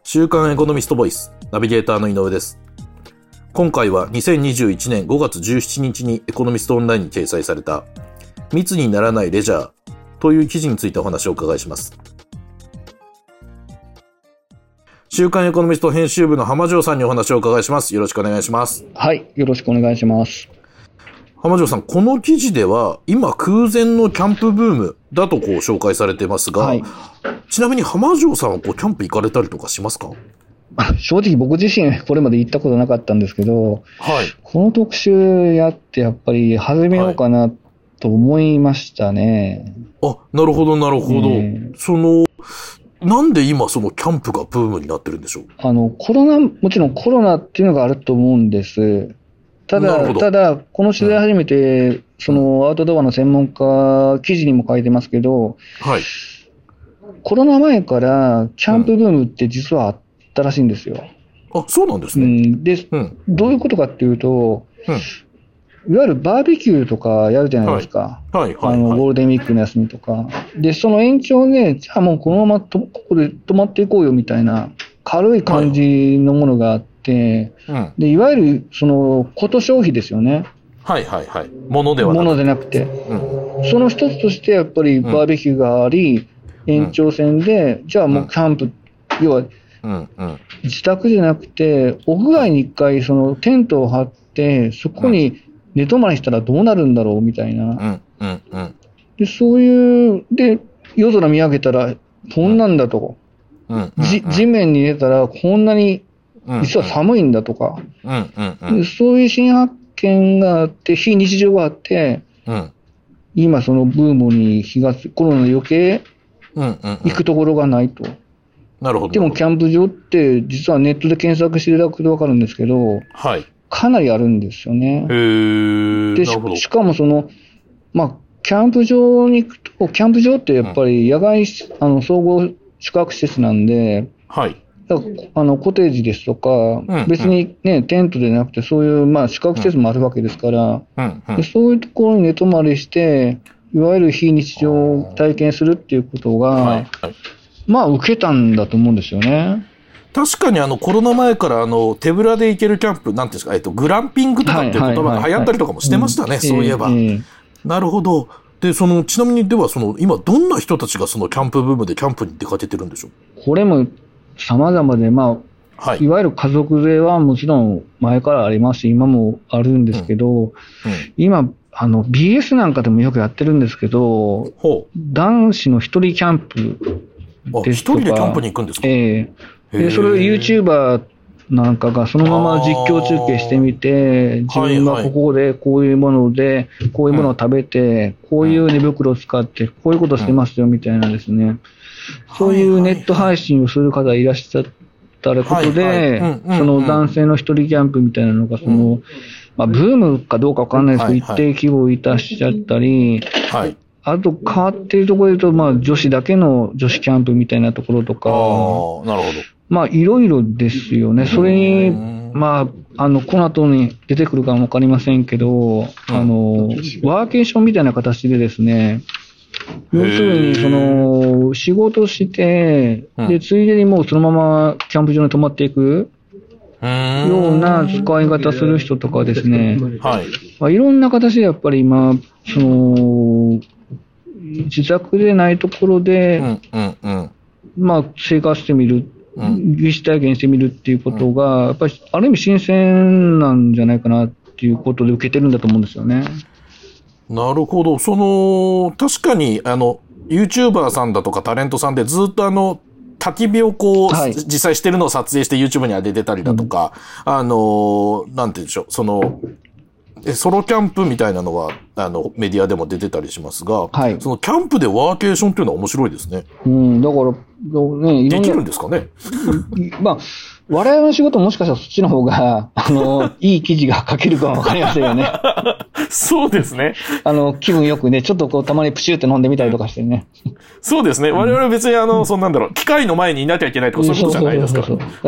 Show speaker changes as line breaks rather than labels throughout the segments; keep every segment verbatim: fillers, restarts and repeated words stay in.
週刊エコノミストボイスナビゲーターの井上です。今回はにせんにじゅういちねんごがつじゅうしちにちにエコノミストオンラインに掲載された密にならないレジャーという記事についてお話をお伺いします。週刊エコノミスト編集部の浜城さんにお話をお伺いします。よろしくお願いします。
はい、よろしくお願いします。
浜城さん、この記事では今空前のキャンプブームだとこう紹介されてますが、はい、ちなみに浜城さんはこうキャンプ行かれたりとかしますか？
正直僕自身これまで行ったことなかったんですけど、はい、この特集やってやっぱり始めようかなと思いましたね。
はい、あ、なるほどなるほど。えー、そのなんで今そのキャンプがブームになってるんでしょう？
あのコロナ、もちろんコロナっていうのがあると思うんです。ただ、ただ、この取材始めて、うん、そのアウトドアの専門家記事にも書いてますけど、はい、コロナ前からキャンプブームって実はあったらしいんですよ。
うん、あ、そうなんですね。
うん、で、うん、どういうことかっていうと、うん、いわゆるバーベキューとかやるじゃないですか。はいはいはいはい、あのゴールデンウィークの休みとか。で、その延長で、じゃあもうこのままとここで泊まっていこうよみたいな軽い感じのものがあって、で、いわゆるそのこと消費ですよね。
はいはいはい。ものではなくて。
ものでなくて、うん。その一つとしてやっぱりバーベキューがあり、うん、延長線で、じゃあもうキャンプ、うん、要は、うんうん、自宅じゃなくて、屋外に一回そのテントを張って、そこに寝泊まりしたらどうなるんだろうみたいな。うんうんうん、で、そういう、で、夜空見上げたらこんなんだと。うんうんうん、じ地面に寝たらこんなに実は寒いんだとか、うんうんうん、そういう新発見があって、非日常があって、うん、今そのブームに火がつ、コロナの余計行くところがないと。なるほど。でもキャンプ場って実はネットで検索していただくと分かるんですけど、はい、かなりあるんですよね。へー。で、なるほど。しかもその、まあ、キャンプ場に行くと、キャンプ場ってやっぱり野外、うん、あの総合宿泊施設なんで、はい。あのコテージですとか、うんうん、別にね、テントでなくて、そういう、まあ、宿泊施設もあるわけですから、うんうん、でそういうところに寝泊まりして、いわゆる非日常を体験するっていうことが、はいはい、まあ、受けたんだと思うんですよね。
確かにあのコロナ前からあの手ぶらで行けるキャンプ、なんていうんですか、えっと、グランピングとかっていう言葉が流行ったりとかもしてましたね、はいはいはいはい、そういえば。えーえー、なるほど。で、その、ちなみにでは、その、今、どんな人たちがそのキャンプブームでキャンプに出かけてるんでしょう？
これも、様々で、まあ、はい、いわゆる家族連れはもちろん前からありますし、今もあるんですけど、うんうん、今、あの、ビーエス なんかでもよくやってるんですけど、男子の一人キャンプですとか。一人でキャンプに行くんですか？ええー。で、それを YouTuber なんかがそのまま実況中継してみて、自分はここでこういうもので、こういうものを食べて、こういう寝袋を使って、こういうことをしてますよみたいなですね。そういうネット配信をする方いらっしゃったことで、その男性の一人キャンプみたいなのが、その、まあ、ブームかどうかわかんないですけど、一定規模をいたしちゃったり、あと変わっているところで言うと、まあ、女子だけの女子キャンプみたいなところとか、なるほど。まあ、いろいろですよね。それに、まあ、あの、この後に出てくるかもわかりませんけど、あの、ワーケーションみたいな形でですね、要するに、その、仕事して、で、ついでにもうそのままキャンプ場に泊まっていくような使い方する人とかですね、はい。まあ、いろんな形でやっぱり今、その、自宅でないところで、うんうんうん、まあ、生活してみる、疑似体験してみるっていうことが、やっぱりある意味新鮮なんじゃないかなっていうことで受けてるんだと思うんですよね。
なるほど。その、確かに、あの、YouTuber さんだとかタレントさんでずっとあの、焚き火をこう、はい、実際してるのを撮影して YouTube に上げてたりだとか、うん、あの、なんて言うんでしょう、その、ソロキャンプみたいなのは、あの、メディアでも出てたりしますが、はい、そのキャンプでワーケーションっていうのは面白いですね。
うん、だから、ね、
できるんですかね。
まあ、 我々の仕事もしかしたらそっちの方が、あの、いい記事が書けるかもわかりませんよね。
そうですね。
あの、気分よくね、ちょっとこう、たまにプシューって飲んでみたりとかしてね。
そうですね。我々別にあの、うん、そんなんだろう、機械の前にいなきゃいけないとかそういうことじゃないですから。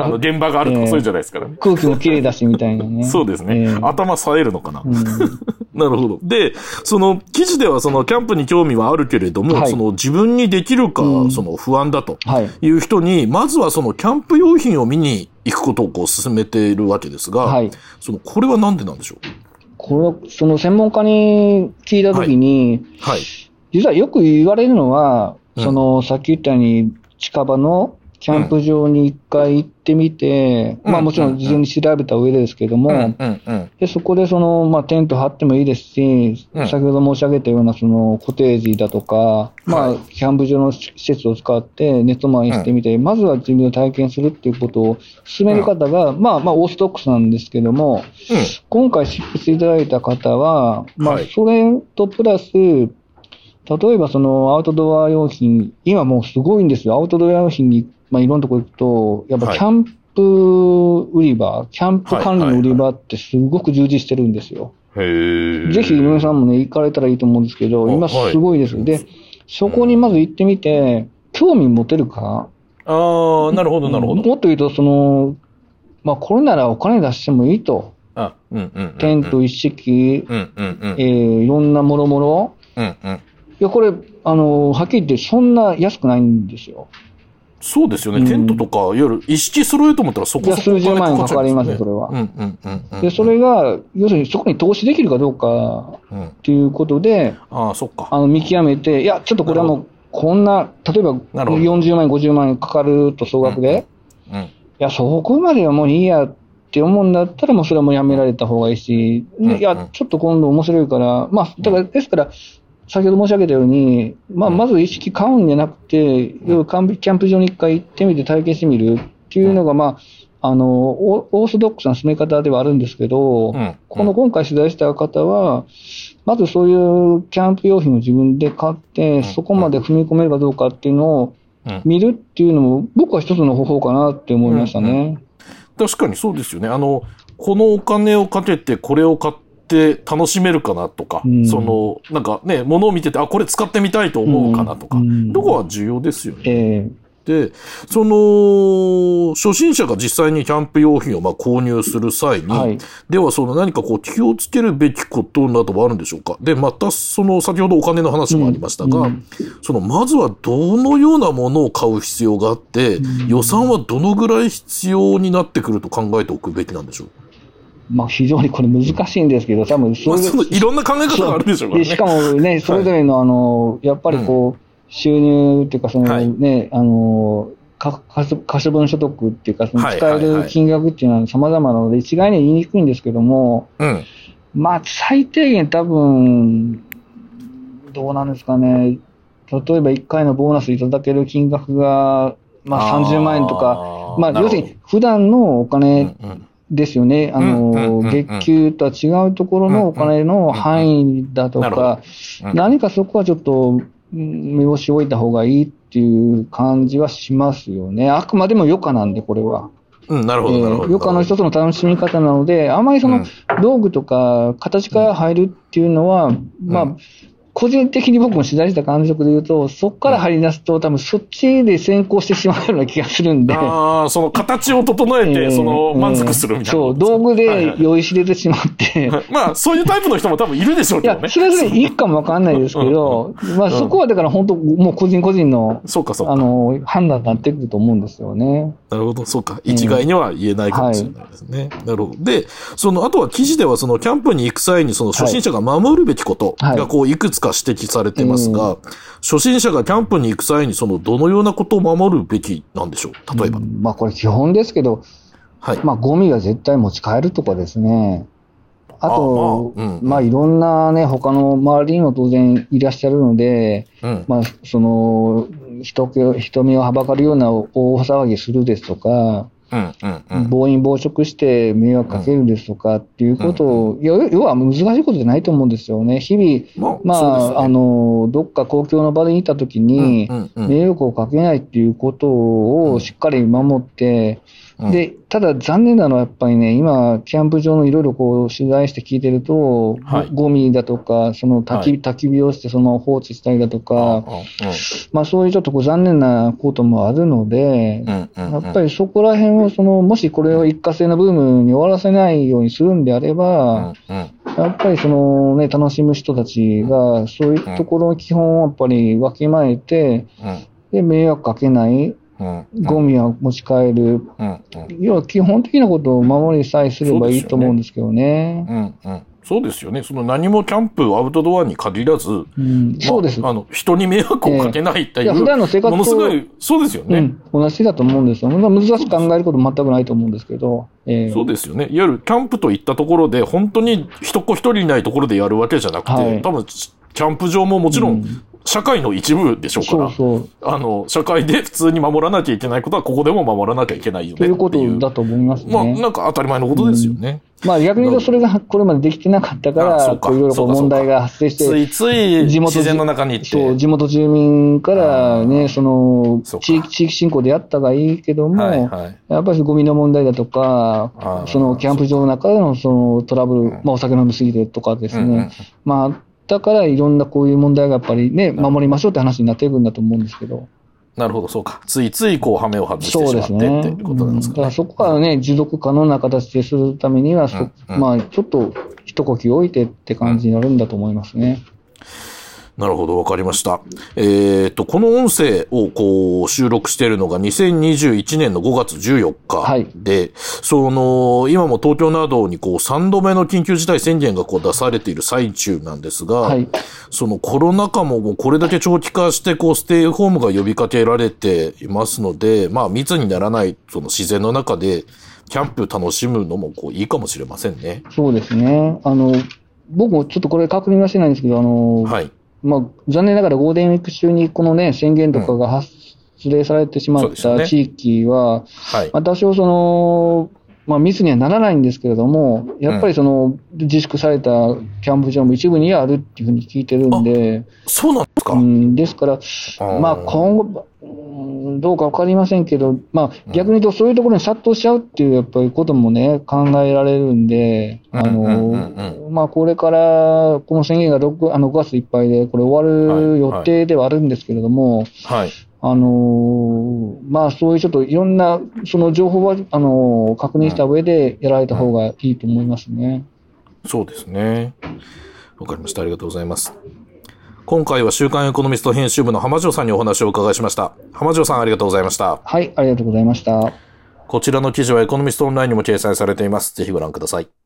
あの、現場があるとかそういうじゃないですから、ね
えー、空気も綺麗だしみたいなね。
そうですね。えー、頭冴えるのかな。うん、なるほど。で、その、記事ではその、キャンプに興味はあるけれども、はい、その、自分にできるか、うん、その、不安だという人に、はい、まずはその、キャンプ用品を見に行くことをこう、進めているわけですが、はい、その、これはなんでなんでしょう？
これ、その専門家に聞いたときに、はいはい、実はよく言われるのは、うん、その、さっき言ったように、近場のキャンプ場に一回行ってみて、うん、まあもちろん事前に調べた上でですけども、うんうんうん、でそこでその、まあテント張ってもいいですし、うん、先ほど申し上げたようなそのコテージだとか、はい、まあキャンプ場の施設を使ってネット前にしてみて、うん、まずは自分で体験するっていうことを進める方が、うん、まあまあオーソドックスなんですけども、うん、今回執筆いただいた方は、まあそれとプラス、例えばそのアウトドア用品、今もうすごいんですよ。アウトドア用品にまあ、いろんなとこ行くと、やっぱキャンプ売り場、はい、キャンプ関連の売り場ってすごく充実してるんですよ。
へー。
ぜひ、井上さんもね、行かれたらいいと思うんですけど、今すごいです。はい、で、そこにまず行ってみて、興味持てるか。
ああ、なるほど、なるほど。
もっと言うと、その、まあ、これならお金出してもいいと。
あ、うんうんうんうん、
テント一式、
うんうんうん、
えー、いろんなもろもろ。
うんうん。い
や、これ、あの、はっきり言ってそんな安くないんですよ。
そうですよね。うん、テントとか、いわゆる一式揃えようと思ったらそこそこ
数十万円かかりますよ、それは。
うんうんうんうん、
で、それが、要するにそこに投資できるかどうか、っていうことで、
うん、ああ、そっか。
あの、見極めて、いや、ちょっとこれはもう、こんな、例えば、よんじゅうまんえん、ごじゅうまんえんかかると総額で、うんうんうん、いや、そこまではもういいやって思うんだったら、もうそれはもうやめられた方がいいし、うんうん、いや、ちょっと今度面白いから、まあ、だから、ですから、先ほど申し上げたように、まあ、まず意識買うんじゃなくて、うん、キャンプ場に一回行ってみて体験してみるっていうのが、まあ、あの、オーソドックスな進め方ではあるんですけど、うん、この今回取材した方は、まずそういうキャンプ用品を自分で買って、うん、そこまで踏み込めるかどうかっていうのを見るっていうのも、僕は一つの方法かなって思いましたね。うんうん、
確かにそうですよね。あの、このお金をかけてこれを買って、で楽しめるかなとか、うん、その、なんかね、物を見てて、あ、これ使ってみたいと思うかなとか、うん、どこは重要ですよね。えー、で、その、初心者が実際にキャンプ用品をまあ購入する際に、はい、ではその何かこう気をつけるべきことなどはあるんでしょうか。で、またその先ほどお金の話もありましたが、うん、そのまずはどのようなものを買う必要があって、うん、予算はどのぐらい必要になってくると考えておくべきなんでしょう。
まあ非常にこれ難しいんですけど、多分それで、
まあ、いろんな考え方があるでしょうからね。
しかもね、それぞれのあの、やっぱりこう、収入っていうかそのね、あの、可処分所得っていうか、その使える金額っていうのは様々なので、一概には言いにくいんですけども、まあ最低限多分、どうなんですかね、例えばいっかいのボーナスいただける金額が、まあさんじゅうまんえんとか、まあ要するに普段のお金、ですよね。あの、月給とは違うところのお金の範囲だとか、何かそこはちょっと目をし置いた方がいいっていう感じはしますよね。あくまでも余暇なんで、これは。
うん、なるほど、なるほど。
余暇の一つの楽しみ方なので、あまりその道具とか形から入るっていうのは、まあ、個人的に僕も取材した感触で言うと、そこから張り出すと、多分そっちで先行してしまうような気がするんで。
ああ、その形を整えて、えー、その満足するみたいな、
えー。そう、道具で酔いしれてしまって。
はいはい、まあ、そういうタイプの人も多分いるでしょうけどね。いや、
それぞれいいかもわかんないですけど、うん、まあそこはだから本当、もう個人個人の、
そうかそうか。
あの、判断になってくると思うんですよね。
なるほど、そうか。一概には言えないかもしれないですね。うんはい、なるほど。で、その、あとは記事ではそのキャンプに行く際にその初心者が守るべきことがこういくつか指摘されてますが、はいはい、初心者がキャンプに行く際にそのどのようなことを守るべきなんでしょう、例えば。
うん、まあこれ基本ですけど、はい、まあゴミは絶対持ち帰るとかですね。あと、あまあ、うん、まあいろんなね、他の周りにも当然いらっしゃるので、うん、まあその、人気、人目をはばかるような大騒ぎするですとか、うんうんうん、暴飲暴食して迷惑かけるですとかっていうことを、うんうん、要は難しいことじゃないと思うんですよね。日々、まあ、まあ、ね、あの、どっか公共の場でいたときに、迷惑をかけないっていうことをしっかり守って、 うん、で、ただ残念なのはやっぱりね、今、キャンプ場のいろいろこう取材して聞いてると、はい、ゴミだとか、その焚き、はい、焚き火をしてその放置したりだとか、うん、まあそういうちょっとこう残念なこともあるので、うんうんうん、やっぱりそこら辺をその、もしこれを一過性のブームに終わらせないようにするんであれば、うんうん、やっぱりそのね、楽しむ人たちが、そういうところの基本をやっぱりわきまえて、うん、で、迷惑かけない、うんうん、ゴミは持ち帰る、うんうん、要は基本的なことを守りさえすればいいと思うんですけどね。
うんうん、そうですよね。その何もキャンプ、アウトドアに限らず、うん、まあ、そうです。あの、人に迷惑をかけないっていう、えー、いや普段の生活とものすごい、そうですよね。
うん、同じだと思うんですよ。難しく考えること全くないと思うんですけど。
えー、そうですよね。いわゆるキャンプといったところで、本当に一子一人いないところでやるわけじゃなくて、はい、多分、キャンプ場ももちろん、うん社会の一部でしょうから、そうそう。あの、社会で普通に守らなきゃいけないことは、ここでも守らなきゃいけないよねっていう。
ということだと思いますね。
まあ、なんか当たり前のことですよね。
うん、まあ、逆に言うとそれがこれまでできてなかったから、こういろいろ問題が発生して、
ついつい自然の中に行って。
そう、地元住民からね、その、地域、地域振興でやったがいいけども、はいはい、やっぱりゴミの問題だとか、そのキャンプ場の中でのそのトラブル、うん、まあお酒飲みすぎてとかですね、うんうん、まあ、だからいろんなこういう問題がやっぱりね、守りましょうって話になっていくんだと思うんですけど。
なるほど、そうか。ついついこう、羽目を外してしまってっていうことなんですかね。
だからそこからね、持続可能な形でするためには、そうんうん、まあ、ちょっと一呼吸置いてって感じになるんだと思いますね。うん
なるほど、わかりました。えっと、この音声をこう収録しているのがにせんにじゅういちねんのごがつじゅうよっかで、はい、その、今も東京などにこうさんどめの緊急事態宣言がこう出されている最中なんですが、はい、そのコロナ禍ももうこれだけ長期化してこうステイホームが呼びかけられていますので、まあ密にならないその自然の中でキャンプ楽しむのもこういいかもしれませんね。
そうですね。あの、僕もちょっとこれ確認はしてないんですけど、あの、はい。まあ、残念ながらゴールデンウィーク中にこのね、宣言とかが発令されてしまった地域は、うんねはい、まあ、多少その、まあ、密にはならないんですけれども、やっぱりその、自粛されたキャンプ場も一部にはあるっていうふうに聞いてるんで、
そうなんですか、
うん、ですから、まあ今後、どうかわかりませんけど、まあ逆に言うとそういうところに殺到しちゃうっていうやっぱりこともね、考えられるんで、あの、まあこれからこの宣言がろくあのごがついっぱいでこれ終わる予定ではあるんですけれども、はい。あの、まあそういうちょっといろんなその情報は、あの、確認した上でやられた方がいいと思いますね。
うん、そうですね。わかりました。ありがとうございます。今回は週刊エコノミスト編集部の浜城さんにお話をお伺いしました。浜城さんありがとうございました。
はい、ありがとうございました。
こちらの記事はエコノミストオンラインにも掲載されています。ぜひご覧ください。